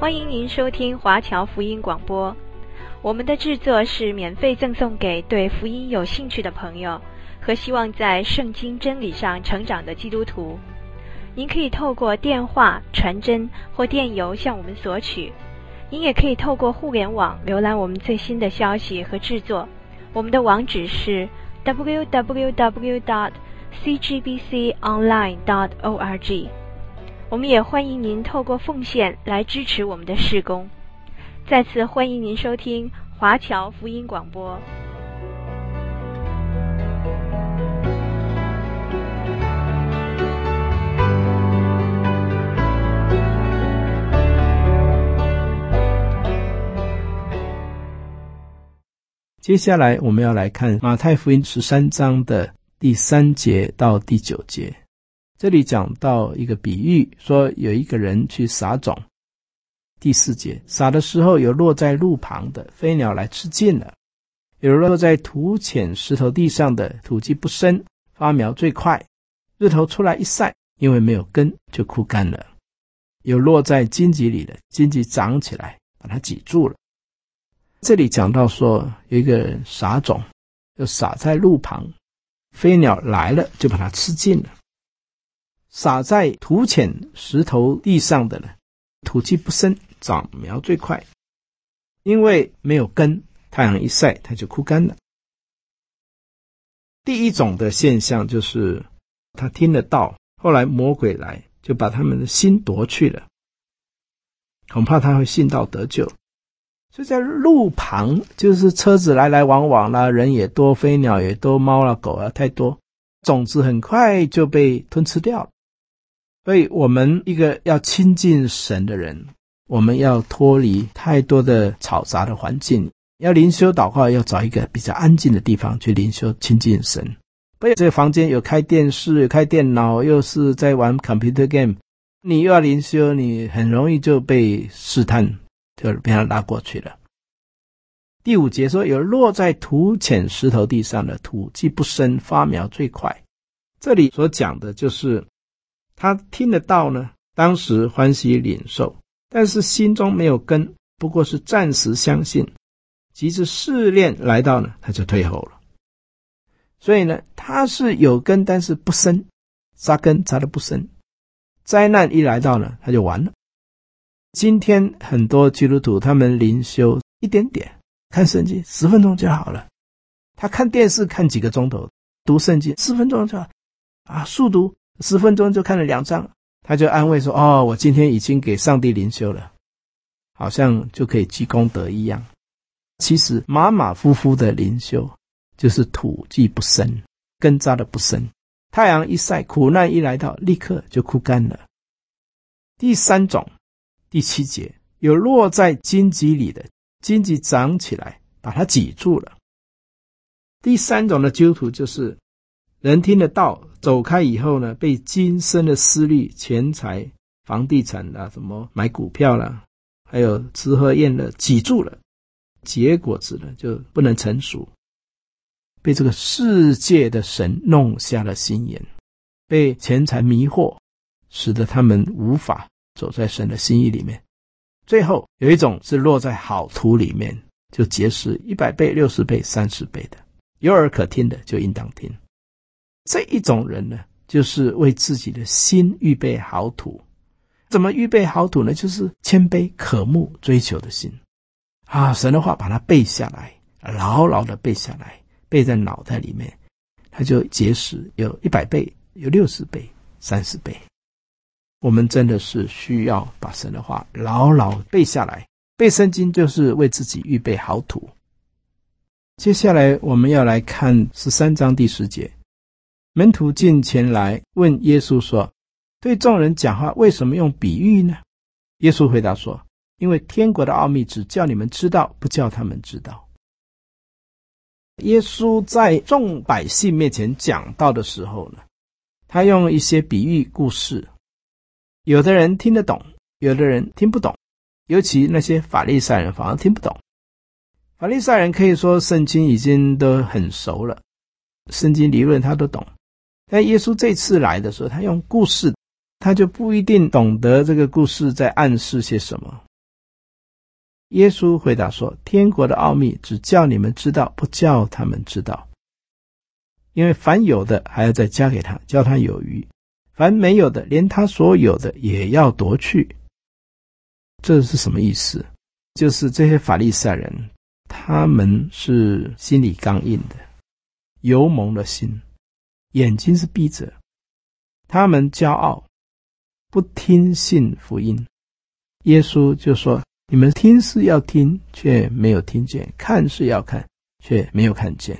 欢迎您收听华侨福音广播。我们的制作是免费赠送给对福音有兴趣的朋友和希望在圣经真理上成长的基督徒。您可以透过电话、传真或电邮向我们索取。您也可以透过互联网浏览我们最新的消息和制作。我们的网址是 www.cgbconline.org。 我们也欢迎您透过奉献来支持我们的事工。再次欢迎您收听华侨福音广播。 接下来我们要来看马太福音13章的第3节到第9节。这里讲到一个比喻，说有一个人去撒种。第4节，撒的时候有落在路旁的，飞鸟来吃尽了；有落在土浅石头地上的，土基不深，发苗最快，日头出来一晒，因为没有根就枯干了；有落在荆棘里的，荆棘长起来把它挤住了。这里讲到说有一个人撒种，就撒在路旁，飞鸟来了就把它吃尽了。撒在土浅石头地上的呢，土气不深，长苗最快，因为没有根，太阳一晒它就枯干了。第一种的现象就是他听了道，后来魔鬼来就把他们的心夺去了，恐怕他会信道得救。所以在路旁，就是车子来来往往啦，人也多，飞鸟也多，猫啦狗啊太多，种子很快就被吞吃掉了。所以我们一个要亲近神的人，我们要脱离太多的嘈杂的环境，要灵修祷告，要找一个比较安静的地方去灵修亲近神。不要这个房间有开电视，有开电脑，又是在玩 computer game， 你又要灵修，你很容易就被试探，就被他拉过去了。第5节说，有落在土浅石头地上的，土既不深，发苗最快。这里所讲的就是他听得到呢，当时欢喜领受，但是心中没有根，不过是暂时相信，及至试炼来到呢，他就退后了。所以呢，他是有根，但是不深，扎根扎得不深，灾难一来到呢，他就完了。今天很多基督徒他们灵修一点点，看圣经10分钟就好了，他看电视看几个钟头，读圣经10分钟就好啊，速读10分钟就看了2章，他就安慰说，哦，我今天已经给上帝灵修了，好像就可以积功德一样。其实马马虎虎的灵修就是土既不深，根扎的不深，太阳一晒，苦难一来到，立刻就枯干了。第3种，第7节，有落在荆棘里的，荆棘长起来把它挤住了。第3种的基督徒就是人听得道，走开以后呢，被今生的思虑、钱财、房地产啦，什么买股票啦，还有吃喝宴乐挤住了，结果子呢就不能成熟，被这个世界的神弄瞎了心眼，被钱财迷惑，使得他们无法走在神的心意里面。最后有一种是落在好土里面，就结实100倍、60倍、30倍的，有耳可听的就应当听。这一种人呢，就是为自己的心预备好土。怎么预备好土呢？就是谦卑渴慕追求的心啊，神的话把它背下来，牢牢的背下来，背在脑袋里面，它就结实，有100倍，有60倍、30倍。我们真的是需要把神的话牢牢背下来，背圣经就是为自己预备好土。接下来我们要来看13章第10节，门徒进前来问耶稣说，对众人讲话为什么用比喻呢？耶稣回答说，因为天国的奥秘只叫你们知道，不叫他们知道。耶稣在众百姓面前讲道的时候呢，他用一些比喻故事，有的人听得懂，有的人听不懂，尤其那些法利赛人反而听不懂。法利赛人可以说圣经已经都很熟了，圣经理论他都懂，但耶稣这次来的时候，他用故事，他就不一定懂得这个故事在暗示些什么， 耶稣回答说，天国的奥秘只叫你们知道，不叫他们知道。因为凡有的还要再加给他，叫他有余；凡没有的，连他所有的也要夺去。这是什么意思？就是这些法利赛人，他们是心里刚硬的，油蒙的心，眼睛是闭着，他们骄傲，不听信福音。耶稣就说，你们听是要听，却没有听见；看是要看，却没有看见。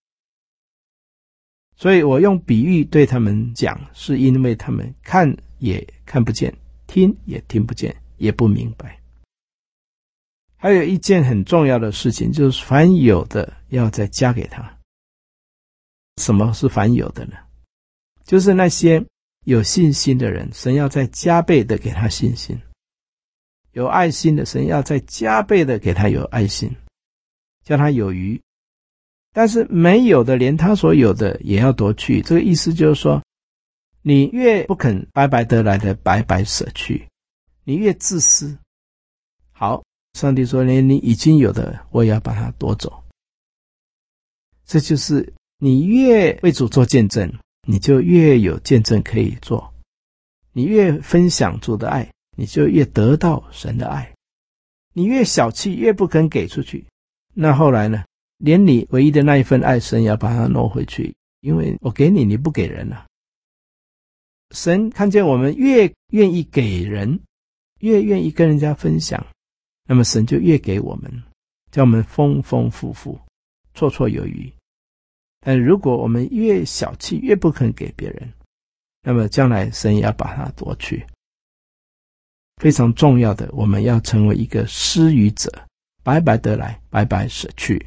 所以我用比喻对他们讲，是因为他们看也看不见，听也听不见，也不明白。还有一件很重要的事情，就是凡有的要再加给他。什么是凡有的呢？就是那些有信心的人，神要再加倍的给他信心；有爱心的，神要再加倍的给他有爱心，叫他有余。但是没有的，连他所有的也要夺去。这个意思就是说，你越不肯白白得来的白白舍去，你越自私。好，上帝说，连你已经有的我也要把它夺走。这就是你越为主做见证，你就越有见证可以做。你越分享主的爱，你就越得到神的爱。你越小气，越不肯给出去，那后来呢，连你唯一的那一份爱，神也要把它挪回去，因为我给你，你不给人啊。神看见我们越愿意给人，越愿意跟人家分享，那么神就越给我们，叫我们丰丰富富，绰绰有余。但如果我们越小气，越不肯给别人，那么将来神也要把它夺去。非常重要的，我们要成为一个施予者，白白得来，白白舍去。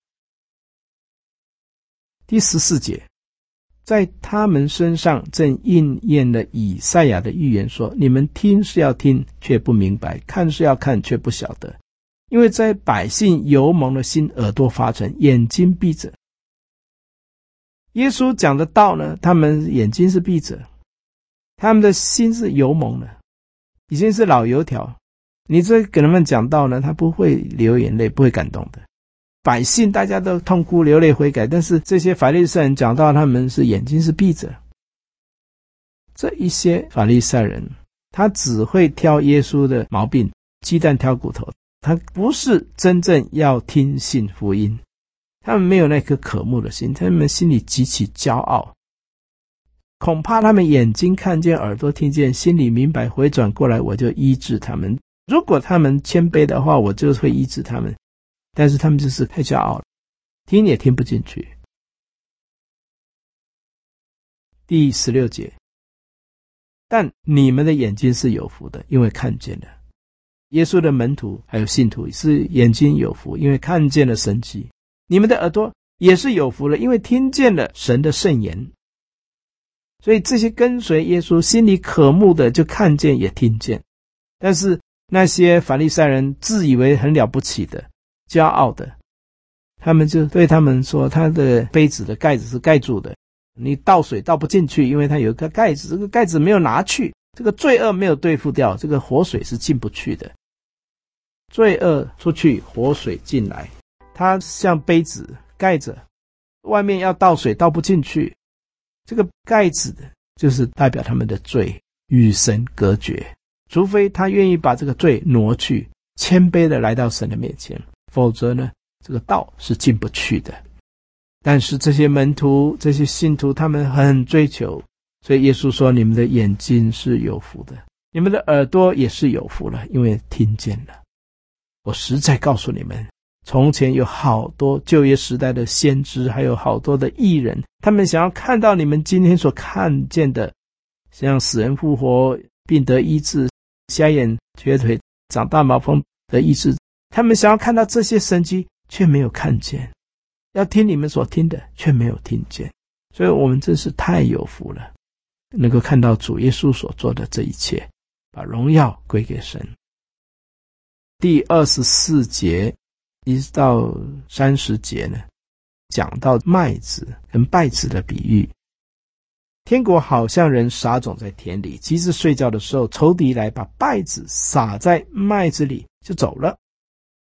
第14节，在他们身上正应验了以赛亚的预言说，你们听是要听，却不明白；看是要看，却不晓得。因为在百姓油蒙的心，耳朵发沉，眼睛闭着。耶稣讲的道呢，他们眼睛是闭着，他们的心是油蒙的，已经是老油条。你这给他们讲道呢，他不会流眼泪，不会感动的。百姓大家都痛哭流泪悔改，但是这些法利赛人讲到他们是眼睛是闭着。这一些法利赛人，他只会挑耶稣的毛病，鸡蛋挑骨头，他不是真正要听信福音，他们没有那颗渴慕的心，他们心里极其骄傲。恐怕他们眼睛看见，耳朵听见，心里明白，回转过来我就医治他们。如果他们谦卑的话，我就会医治他们。但是他们就是太骄傲了，听也听不进去。第16节，但你们的眼睛是有福的，因为看见了。耶稣的门徒还有信徒是眼睛有福，因为看见了神迹。你们的耳朵也是有福了，因为听见了神的圣言。所以这些跟随耶稣心里渴慕的，就看见也听见。但是那些法利赛人自以为很了不起的，骄傲的，他们就对他们说，他的杯子的盖子是盖住的，你倒水倒不进去，因为它有一个盖子，这个盖子没有拿去，这个罪恶没有对付掉，这个活水是进不去的。罪恶出去，活水进来，它像杯子盖着，外面要倒水倒不进去，这个盖子的就是代表他们的罪与神隔绝，除非他愿意把这个罪挪去，谦卑的来到神的面前，否则呢，这个道是进不去的。但是这些门徒，这些信徒，他们很追求，所以耶稣说，你们的眼睛是有福的，你们的耳朵也是有福了，因为听见了。我实在告诉你们，从前有好多旧约时代的先知，还有好多的义人，他们想要看到你们今天所看见的，像死人复活、病得医治、瞎眼瘸腿、长大麻风的医治，他们想要看到这些神迹，却没有看见，要听你们所听的，却没有听见。所以我们真是太有福了，能够看到主耶稣所做的这一切，把荣耀归给神。第24节一直到30节呢，讲到麦子跟稗子的比喻。天国好像人撒种在田里，及至睡觉的时候，仇敌来把稗子撒在麦子里就走了。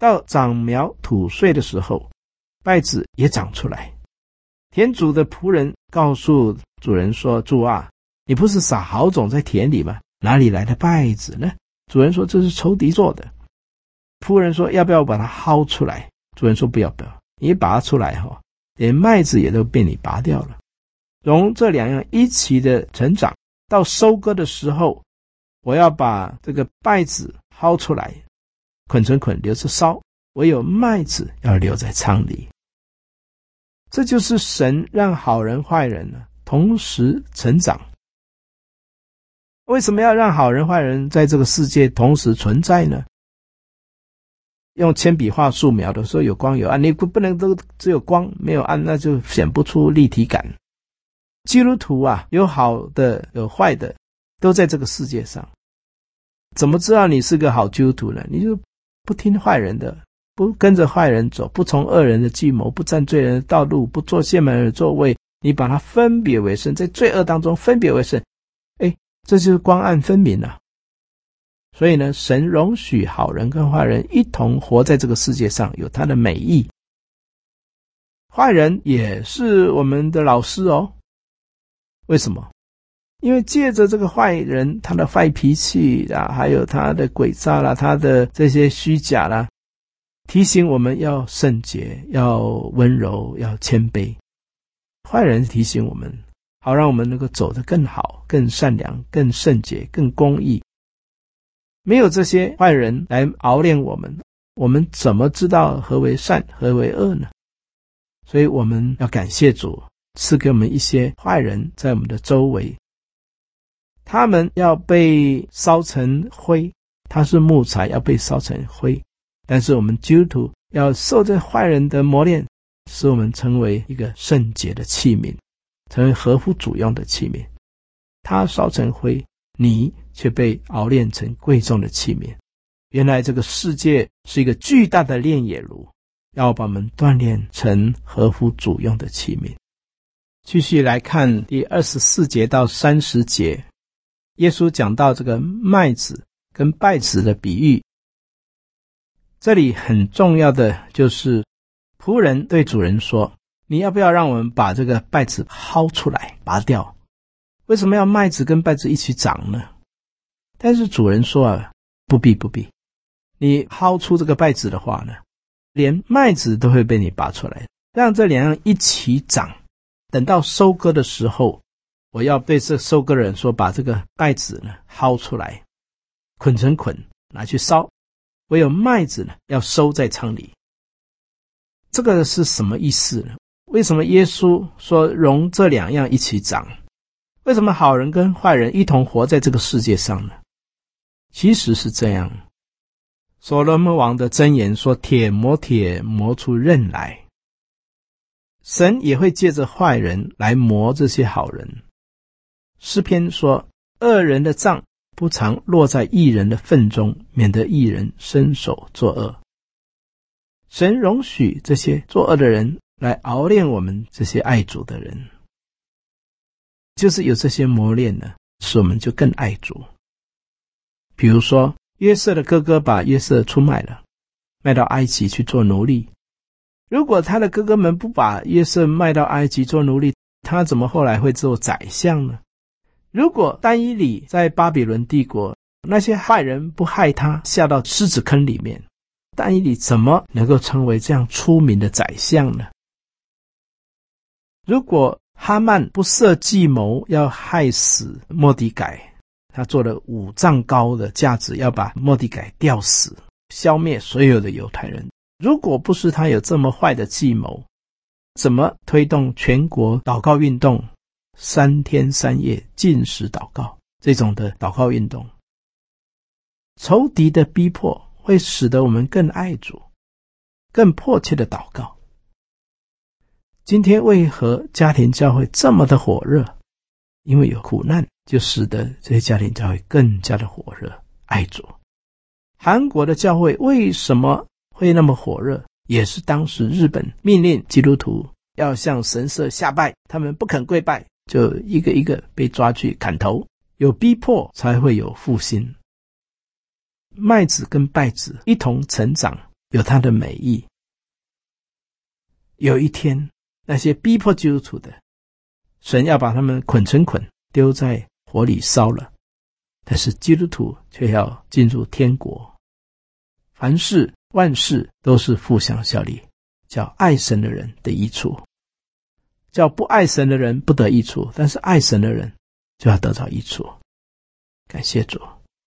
到长苗吐穗的时候，稗子也长出来。田主的仆人告诉主人说，主啊，你不是撒好种在田里吗？哪里来的稗子呢？主人说，这是仇敌做的。仆人说，要不要把它薅出来？主人说，不要，你一拔出来连麦子也都被你拔掉了。容这两样一起的成长，到收割的时候，我要把这个稗子薅出来，捆成捆留着烧，唯有麦子要留在仓里。这就是神让好人坏人同时成长。为什么要让好人坏人在这个世界同时存在呢？用铅笔画素描的时候有光有暗，你不能都只有光没有暗，那就显不出立体感。基督徒有好的有坏的，都在这个世界上。怎么知道你是个好基督徒呢？你就不听坏人的，不跟着坏人走，不从恶人的计谋，不占罪人的道路，不做亵慢人的座位，你把它分别为圣，在罪恶当中分别为圣，这就是光暗分明了。所以呢，神容许好人跟坏人一同活在这个世界上，有他的美意。坏人也是我们的老师为什么？因为借着这个坏人他的坏脾气还有他的诡诈他的这些虚假提醒我们要圣洁，要温柔，要谦卑。坏人提醒我们，好让我们能够走得更好，更善良，更圣洁，更公义。没有这些坏人来熬炼我们，我们怎么知道何为善，何为恶呢？所以我们要感谢主，赐给我们一些坏人在我们的周围，他们要被烧成灰，他是木材，要被烧成灰。但是我们基督徒要受这坏人的磨练，使我们成为一个圣洁的器皿，成为合乎主用的器皿。他烧成灰，你却被熬炼成贵重的器皿。原来这个世界是一个巨大的炼冶炉，要把我们锻炼成合乎主用的器皿。继续来看第24节到30节，耶稣讲到这个麦子跟稗子的比喻。这里很重要的就是仆人对主人说，你要不要让我们把这个稗子薅出来拔掉？为什么要麦子跟稗子一起长呢？但是主人说不必，你薅出这个稗子的话呢，连麦子都会被你拔出来，让这两样一起长。等到收割的时候，我要对这收割的人说，把这个稗子呢薅出来，捆成捆拿去烧，唯有麦子呢要收在仓里。这个是什么意思呢？为什么耶稣说容这两样一起长？为什么好人跟坏人一同活在这个世界上呢？其实是这样，所罗门王的箴言说，铁磨铁，磨出刃来。神也会借着坏人来磨这些好人。诗篇说，恶人的杖不常落在义人的份中，免得义人伸手作恶。神容许这些作恶的人来熬炼我们这些爱主的人，就是有这些磨练呢，使我们就更爱主。比如说约瑟的哥哥把约瑟出卖了，卖到埃及去做奴隶。如果他的哥哥们不把约瑟卖到埃及做奴隶，他怎么后来会做宰相呢？如果但以理在巴比伦帝国，那些坏人不害他下到狮子坑里面，但以理怎么能够成为这样出名的宰相呢？如果哈曼不设计谋要害死末底改，他做了5丈高的架子，要把末底改吊死，消灭所有的犹太人。如果不是他有这么坏的计谋，怎么推动全国祷告运动，3天3夜禁食祷告这种的祷告运动？仇敌的逼迫会使得我们更爱主，更迫切的祷告。今天为何家庭教会这么的火热？因为有苦难，就使得这些家庭教会更加的火热，爱主。韩国的教会为什么会那么火热？也是当时日本命令基督徒要向神社下拜，他们不肯跪拜，就一个一个被抓去砍头。有逼迫才会有复兴。麦子跟稗子一同成长， 有它的美意。有一天，那些逼迫基督徒的，神要把他们捆成捆，丢在火里烧了，但是基督徒却要进入天国。凡事万事都是互相效力，叫爱神的人得益处，叫不爱神的人不得益处，但是爱神的人就要得到益处。感谢主。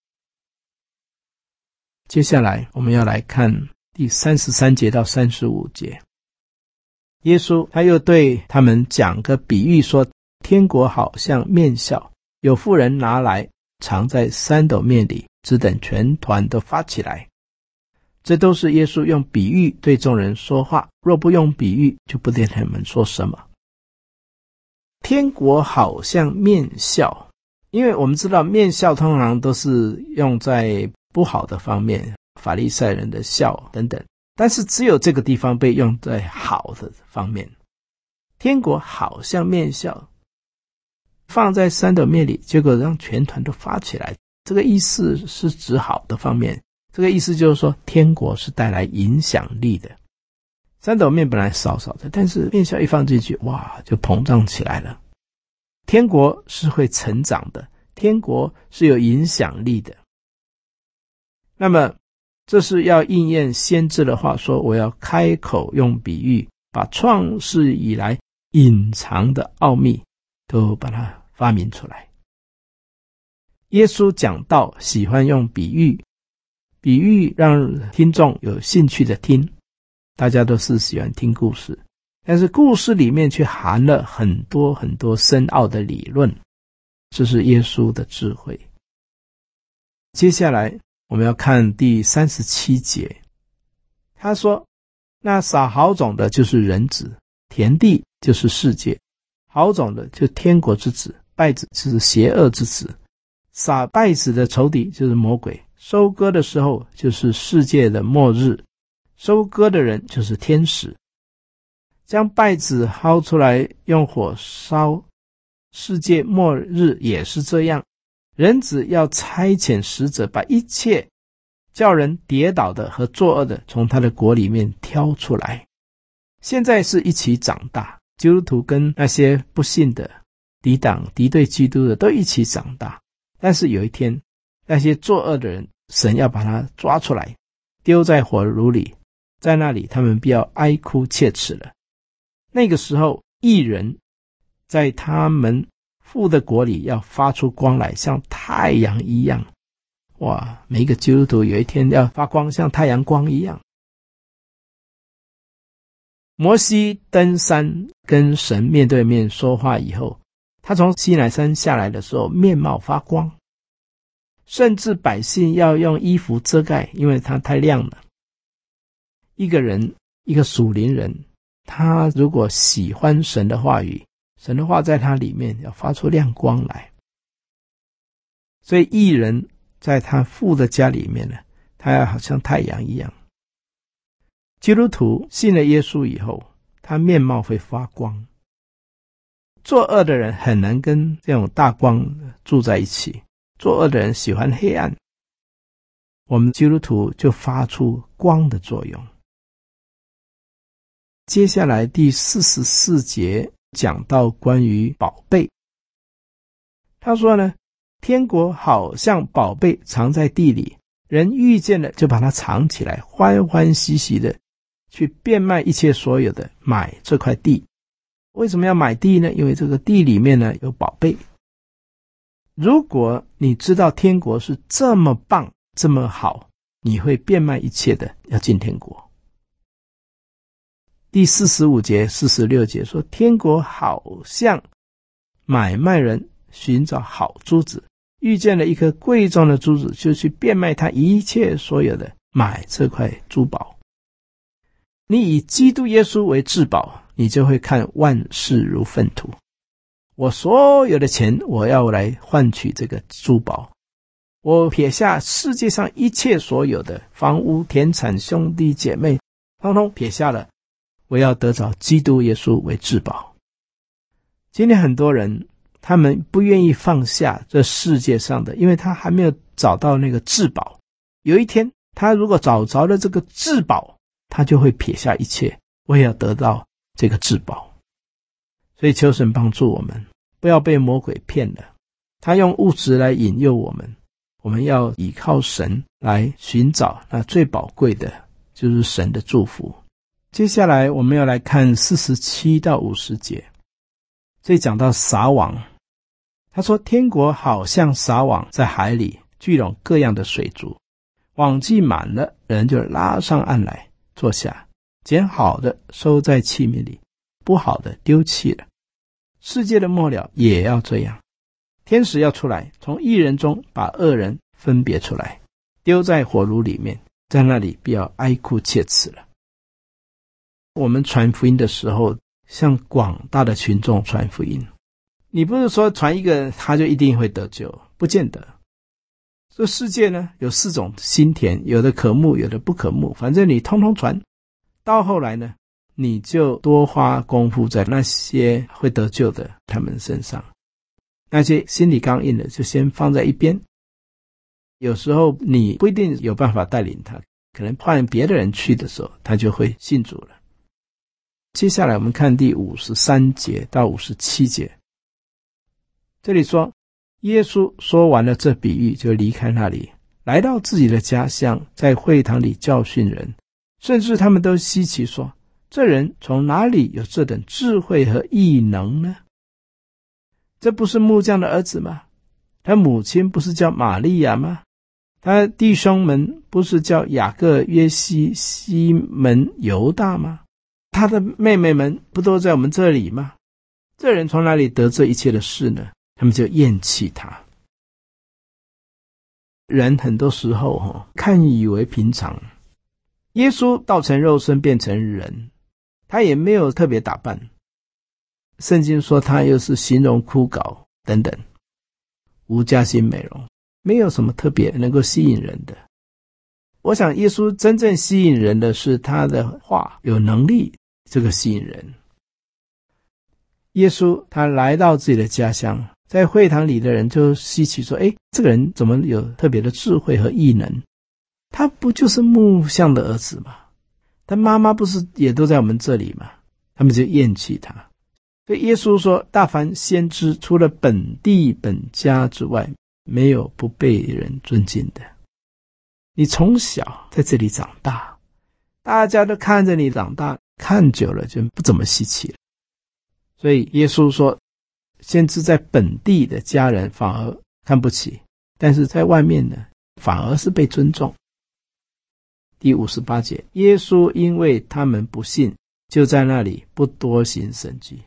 接下来我们要来看第33节到35节。耶稣他又对他们讲个比喻说，天国好像面笑，有妇人拿来藏在三斗面里，只等全团都发起来。这都是耶稣用比喻对众人说话，若不用比喻，就不对他们说什么。天国好像面笑，因为我们知道面笑通常都是用在不好的方面，法利赛人的笑等等，但是只有这个地方被用在好的方面。天国好像面笑，放在三斗面里，结果让全团都发起来，这个意思是指好的方面。这个意思就是说，天国是带来影响力的。三斗面本来少少的，但是面笑一放进去，哇，就膨胀起来了。天国是会成长的，天国是有影响力的。那么这是要应验先知的话说，我要开口用比喻，把创世以来隐藏的奥秘都把它发明出来。耶稣讲道喜欢用比喻，比喻让听众有兴趣的听，大家都是喜欢听故事，但是故事里面却含了很多很多深奥的理论，这是耶稣的智慧。接下来我们要看第37节，他说，那撒好种的就是人子，田地就是世界，好种的就是天国之子，败子就是邪恶之子，撒败子的仇敌就是魔鬼，收割的时候就是世界的末日，收割的人就是天使。将败子薅出来用火烧，世界末日也是这样。人子要差遣使者，把一切叫人跌倒的和作恶的从他的国里面挑出来。现在是一起长大，基督徒跟那些不信的、敌挡、敌对基督的都一起长大。但是有一天，那些作恶的人，神要把他抓出来，丢在火炉里，在那里他们必要哀哭切齿了。那个时候，义人在他们父的国里要发出光来，像太阳一样。哇，每一个基督徒有一天要发光，像太阳光一样。摩西登山跟神面对面说话以后，他从西乃山下来的时候，面貌发光，甚至百姓要用衣服遮盖，因为它太亮了。一个人，一个属灵人，他如果喜欢神的话语，神的话在他里面要发出亮光来。所以义人在他父的家里面呢，他要好像太阳一样。基督徒信了耶稣以后，他面貌会发光。作恶的人很难跟这种大光住在一起，作恶的人喜欢黑暗，我们基督徒就发出光的作用。接下来第44节讲到关于宝贝，他说呢，天国好像宝贝藏在地里，人遇见了就把它藏起来，欢欢喜喜的去变卖一切所有的，买这块地。为什么要买地呢？因为这个地里面呢有宝贝。如果你知道天国是这么棒这么好，你会变卖一切的要进天国。第45节46节说，天国好像买卖人寻找好珠子，遇见了一颗贵重的珠子，就去变卖他一切所有的，买这块珠宝。你以基督耶稣为至宝，你就会看万事如粪土。我所有的钱，我要来换取这个珠宝。我撇下世界上一切所有的房屋、田产、兄弟姐妹，通通撇下了，我要得着基督耶稣为至宝。今天很多人，他们不愿意放下这世界上的，因为他还没有找到那个至宝。有一天，他如果找着了这个至宝， 他就会撇下一切，为要得到这个至宝。所以求神帮助我们，不要被魔鬼骗了。他用物质来引诱我们，我们要依靠神来寻找那最宝贵的，就是神的祝福。接下来我们要来看47到50节，这里讲到撒网。他说，天国好像撒网在海里，聚拢各样的水族，网既满了，人就拉上岸来，坐下，捡好的收在器皿里，不好的丢弃了。世界的末了也要这样，天使要出来，从义人中把恶人分别出来，丢在火炉里面，在那里必要哀哭切齿了。我们传福音的时候，向广大的群众传福音，你不是说传一个他就一定会得救，不见得。这世界呢，有4种心田，有的可慕，有的不可慕，反正你通通传。到后来呢，你就多花功夫在那些会得救的他们身上，那些心里刚硬的就先放在一边。有时候你不一定有办法带领他，可能换别的人去的时候，他就会信主了。接下来我们看第53节到57节，这里说，耶稣说完了这比喻，就离开那里，来到自己的家乡，在会堂里教训人，甚至他们都稀奇说，这人从哪里有这等智慧和异能呢？这不是木匠的儿子吗？他母亲不是叫玛利亚吗？他弟兄们不是叫雅各、约西、西门、犹大吗？他的妹妹们不都在我们这里吗？这人从哪里得这一切的事呢？他们就厌弃他。人很多时候看以为平常，耶稣道成肉身变成人，他也没有特别打扮，圣经说他又是形容枯槁等等，无加薪美容，没有什么特别能够吸引人的。我想耶稣真正吸引人的是他的话有能力，这个吸引人。耶稣他来到自己的家乡，在会堂里的人就稀奇说，这个人怎么有特别的智慧和异能？他不就是木匠的儿子吗？他妈妈不是也都在我们这里吗？他们就厌弃他。所以耶稣说，大凡先知除了本地本家之外，没有不被人尊敬的。你从小在这里长大，大家都看着你长大，看久了就不怎么稀奇了。所以耶稣说，先知在本地的家人反而看不起，但是在外面呢，反而是被尊重。第58节，耶稣因为他们不信，就在那里不多行神迹。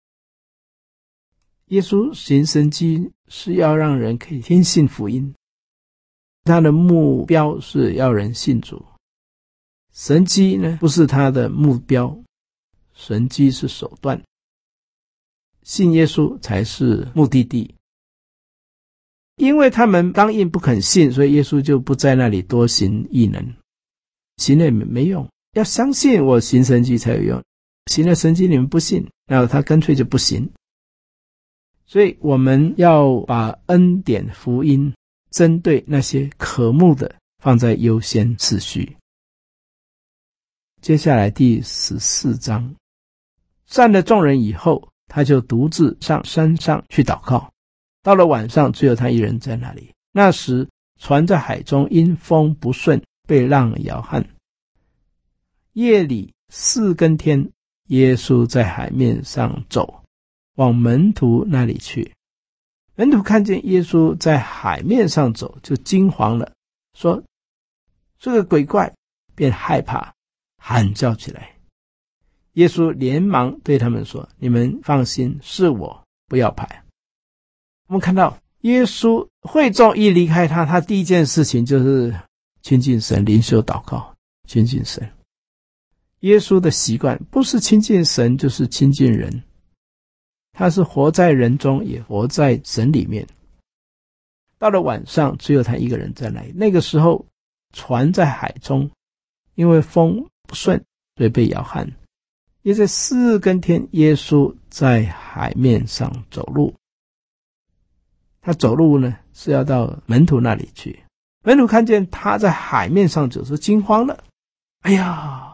耶稣行神迹是要让人可以听信福音，他的目标是要人信主。神迹呢，不是他的目标，神迹是手段，信耶稣才是目的地。因为他们刚硬不肯信，所以耶稣就不在那里多行异能，行了也没用，要相信我行神迹才有用，行了神迹你们不信，那他干脆就不行。所以我们要把恩典福音针对那些渴慕的放在优先次序。接下来第14章，散了众人以后，他就独自上山上去祷告。到了晚上，只有他一人在那里。那时船在海中，因风不顺，被浪摇撼。夜里4更天，耶稣在海面上走，往门徒那里去。门徒看见耶稣在海面上走，就惊慌了，说这个鬼怪，便害怕，喊叫起来。耶稣连忙对他们说，你们放心，是我，不要怕。我们看到耶稣会众一离开他，他第一件事情就是亲近神，灵修祷告，亲近神。耶稣的习惯不是亲近神就是亲近人，他是活在人中，也活在神里面。到了晚上，只有他一个人在那里。那个时候船在海中，因为风不顺，所以被摇撼。也在4更天，耶稣在海面上走路。他走路呢，是要到门徒那里去。门徒看见他在海面上走，是惊慌了。哎呀，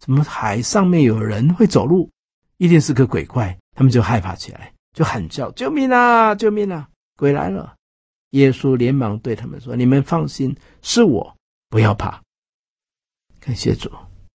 怎么海上面有人会走路？一定是个鬼怪。他们就害怕起来，就喊叫：救命啊！救命啊！鬼来了！耶稣连忙对他们说：你们放心，是我，不要怕。感谢主。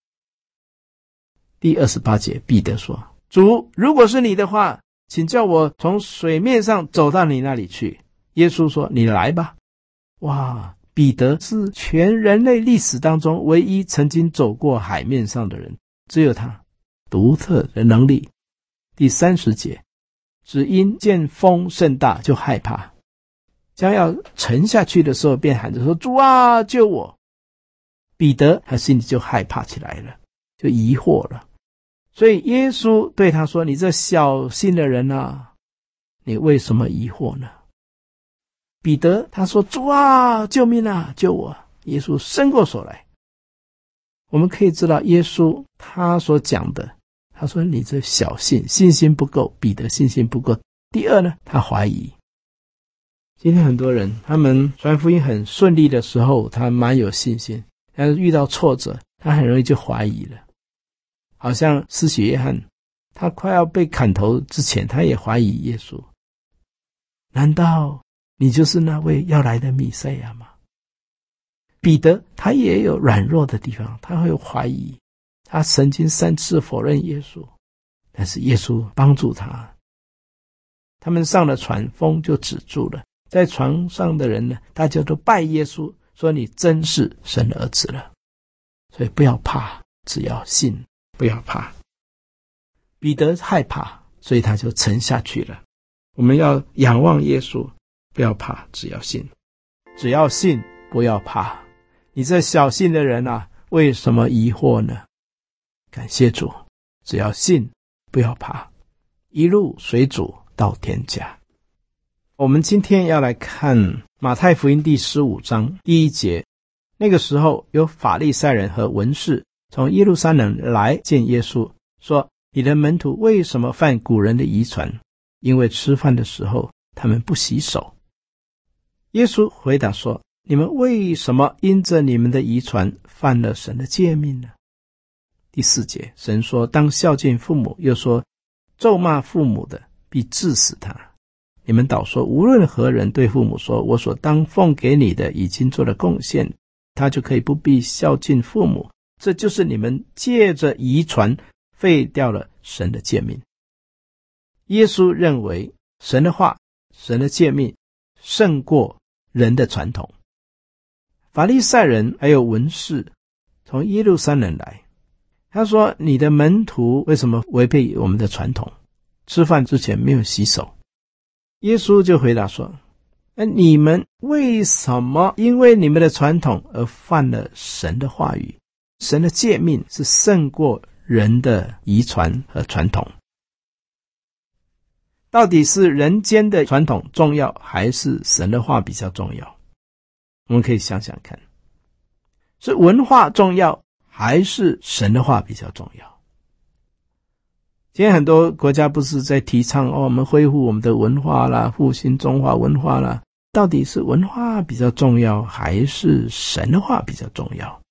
第28节，彼得说：主，如果是你的话，请叫我从水面上走到你那里去。耶稣说：你来吧。哇，彼得是全人类历史当中唯一曾经走过海面上的人，只有他独特的能力。第30节，只因见风甚大，就害怕，将要沉下去的时候，便喊着说：主啊，救我！彼得他心里就害怕起来了，就疑惑了。所以耶稣对他说：你这小心的人啊，你为什么疑惑呢？彼得他说：主啊，救命啊，救我！耶稣伸过手来。我们可以知道耶稣他所讲的，他说你这小信，信心不够。彼得信心不够。第二呢，他怀疑。今天很多人他们传福音很顺利的时候，他蛮有信心，但是遇到挫折，他很容易就怀疑了。好像施洗约翰，他快要被砍头之前，他也怀疑耶稣。难道你就是那位要来的弥赛亚吗？彼得他也有软弱的地方，他会怀疑，他曾经3次否认耶稣，但是耶稣帮助他。他们上了船，风就止住了。在船上的人呢，大家都拜耶稣，说你真是神的儿子了。所以不要怕，只要信，不要怕。彼得害怕，所以他就沉下去了。我们要仰望耶稣，不要怕，只要信。只要信，不要怕。你这小信的人啊，为什么疑惑呢？感谢主，只要信，不要怕，一路随主到天家。我们今天要来看马太福音第15章第1节。那个时候有法利赛人和文士从耶路撒冷来见耶稣，说：你的门徒为什么犯古人的遗传？因为吃饭的时候他们不洗手。耶稣回答说：你们为什么因着你们的遗传犯了神的诫命呢？第4节，神说：当孝敬父母，又说咒骂父母的必治死他。你们倒说，无论何人对父母说，我所当奉给你的已经做了贡献，他就可以不必孝敬父母，这就是你们借着遗传废掉了神的诫命。耶稣认为神的话，神的诫命胜过人的传统。法利赛人还有文士从耶路撒冷来，他说：你的门徒为什么违背我们的传统？吃饭之前没有洗手。耶稣就回答说：你们为什么因为你们的传统而犯了神的话语？神的诫命是胜过人的遗传和传统。到底是人间的传统重要，还是神的话比较重要？我们可以想想看，是文化重要，还是神的话比较重要？今天很多国家不是在提倡我们恢复我们的文化啦，复兴中华文化啦，到底是文化比较重要，还是神的话比较重要？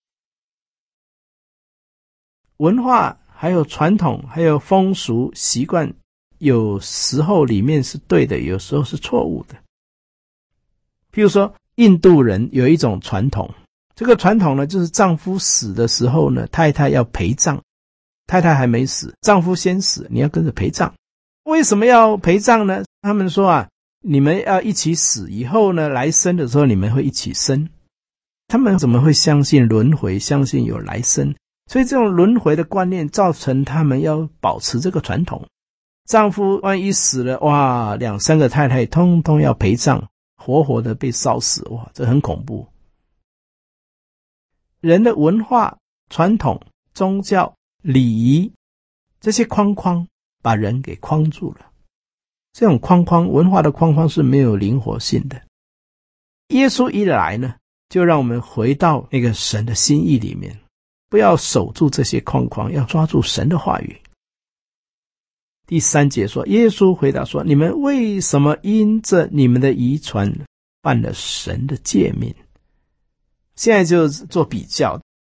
文化还有传统还有风俗习惯，有时候里面是对的，有时候是错误的。譬如说印度人有一种传统，这个传统呢，就是丈夫死的时候呢，太太要陪葬。太太还没死，丈夫先死，你要跟着陪葬。为什么要陪葬呢？他们说啊，你们要一起死，以后呢，来生的时候你们会一起生。他们怎么会相信轮回，相信有来生？所以这种轮回的观念造成他们要保持这个传统。丈夫万一死了，哇，2-3个太太通通要陪葬，活活的被烧死，哇，这很恐怖。人的文化、传统、宗教、礼仪，这些框框把人给框住了。这种框框，文化的框框是没有灵活性的。耶稣一来呢，就让我们回到那个神的心意里面，不要守住这些框框，要抓住神的话语。第3节说，耶稣回答说：你们为什么因着你们的遗传犯了神的诫命？现在就做比较，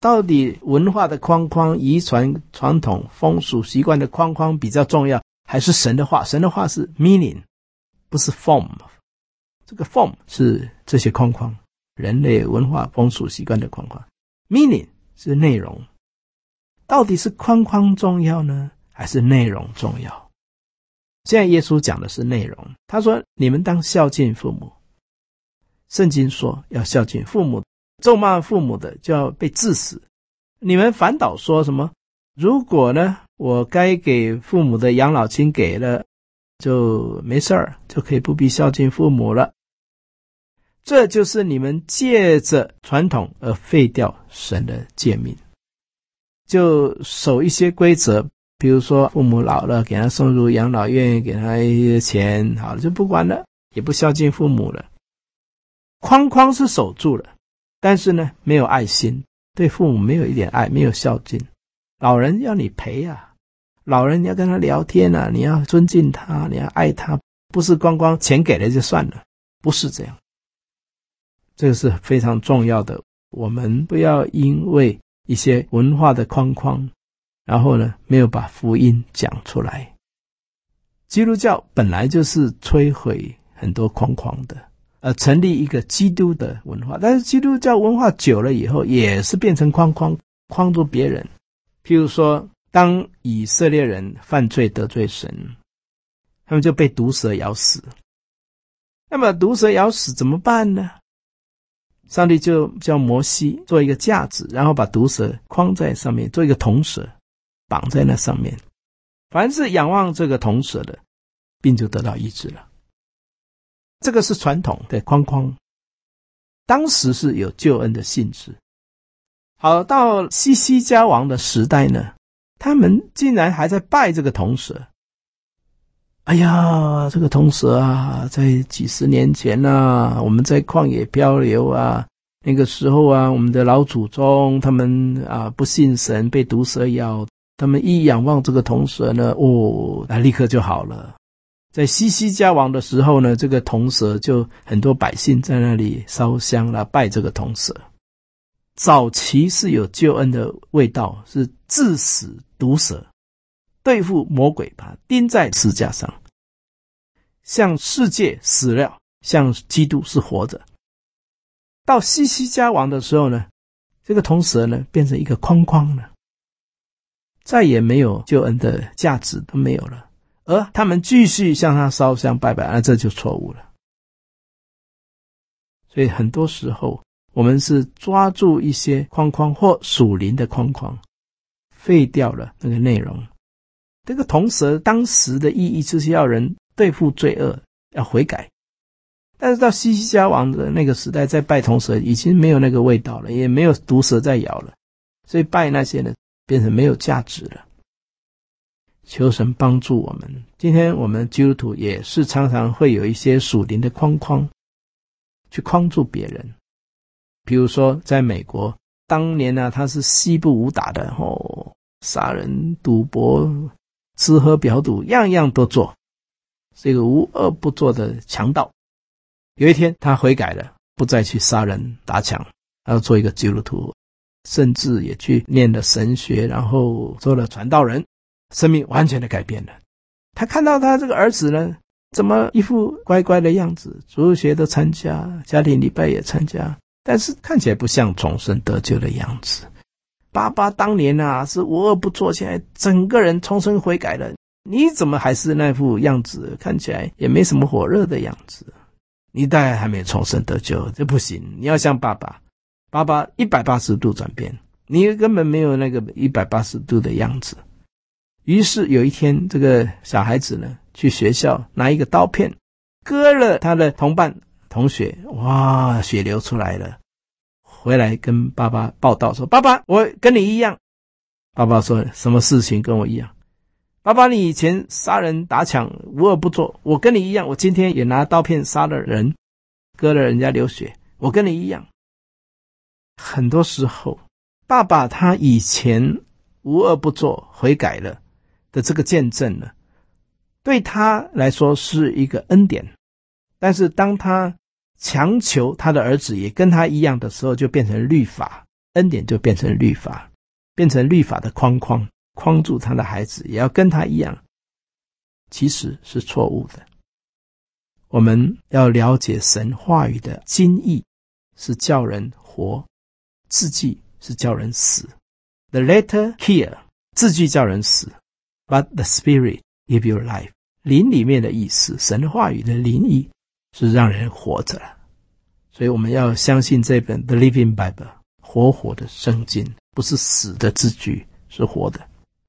到底文化的框框、遗传传统、风俗习惯的框框比较重要，还是神的话？神的话是 meaning， 不是 form。这个 form 是这些框框，人类文化、风俗习惯的框框。meaning 是内容。到底是框框重要呢，还是内容重要？现在耶稣讲的是内容，他说你们当孝敬父母。圣经说要孝敬父母，咒骂父母的就要被治死。你们反倒说什么？如果呢，我该给父母的养老金给了，就没事儿，就可以不必孝敬父母了。这就是你们借着传统而废掉神的诫命，就守一些规则，比如说父母老了给他送入养老院，给他一些钱，好了就不管了，也不孝敬父母了。框框是守住了，但是呢没有爱心，对父母没有一点爱，没有孝敬。老人要你陪啊，老人你要跟他聊天啊，你要尊敬他，你要爱他，不是光光钱给了就算了，不是这样。这个是非常重要的，我们不要因为一些文化的框框，然后呢没有把福音讲出来。基督教本来就是摧毁很多框框的，成立一个基督的文化，但是基督教文化久了以后也是变成框框，框住别人。譬如说当以色列人犯罪得罪神，他们就被毒蛇咬死。那么毒蛇咬死怎么办呢？上帝就叫摩西做一个架子，然后把毒蛇框在上面，做一个铜蛇绑在那上面，凡是仰望这个铜蛇的，病就得到医治了。这个是传统的框框，当时是有救恩的性质。好，到西西家王的时代呢，他们竟然还在拜这个铜蛇。哎呀，这个铜蛇啊，在几十年前啊，我们在旷野漂流啊，那个时候啊，我们的老祖宗他们不信神，被毒蛇咬，他们一仰望这个铜蛇呢，立刻就好了。在西西家王的时候呢，这个铜蛇就很多百姓在那里烧香啦，拜这个铜蛇。早期是有救恩的味道，是治死毒蛇，对付魔鬼，把它钉在十字架上，像世界死了，像基督是活着。到西西家王的时候呢，这个铜蛇呢变成一个框框了，再也没有救恩的价值都没有了，而他们继续向他烧香拜拜，这就错误了。所以很多时候我们是抓住一些框框或属灵的框框，废掉了那个内容。这个铜蛇当时的意义就是要人对付罪恶，要悔改。但是到西西家王的那个时代，在拜铜蛇已经没有那个味道了，也没有毒蛇在咬了，所以拜那些呢变成没有价值了。求神帮助我们，今天我们基督徒也是常常会有一些属灵的框框去框住别人。比如说在美国当年呢，他是西部武打的，杀人赌博吃喝嫖赌样样都做，是一个无恶不作的强盗。有一天他悔改了，不再去杀人打抢，他要做一个基督徒，甚至也去念了神学，然后做了传道人，生命完全的改变了。他看到他这个儿子呢，怎么一副乖乖的样子，主日学都参加，家庭礼拜也参加，但是看起来不像重生得救的样子。爸爸当年是无恶不作，现在整个人重生悔改了，你怎么还是那副样子，看起来也没什么火热的样子，你大概还没重生得救，这不行，你要像爸爸180度转变，你根本没有那个180度的样子。于是有一天这个小孩子呢去学校拿一个刀片割了他的同学，哇，血流出来了，回来跟爸爸报道说，爸爸，我跟你一样。爸爸说，什么事情跟我一样？爸爸，你以前杀人打抢无恶不作，我跟你一样，我今天也拿刀片杀了人，割了人家流血，我跟你一样。很多时候爸爸他以前无恶不作悔改了的这个见证呢，对他来说是一个恩典，但是当他强求他的儿子也跟他一样的时候，就变成律法， 恩典就变成律法，变成律法的框住他的孩子，也要跟他一样，其实是错误的。我们要了解神话语的精义，是叫人活，字句是叫人死。The letter kill， 字句叫人死， but the spirit give you life。 灵里面的意思，神话语的灵意是让人活着了。所以我们要相信这本 The Living Bible， 活的圣经，不是死的字句，是活的。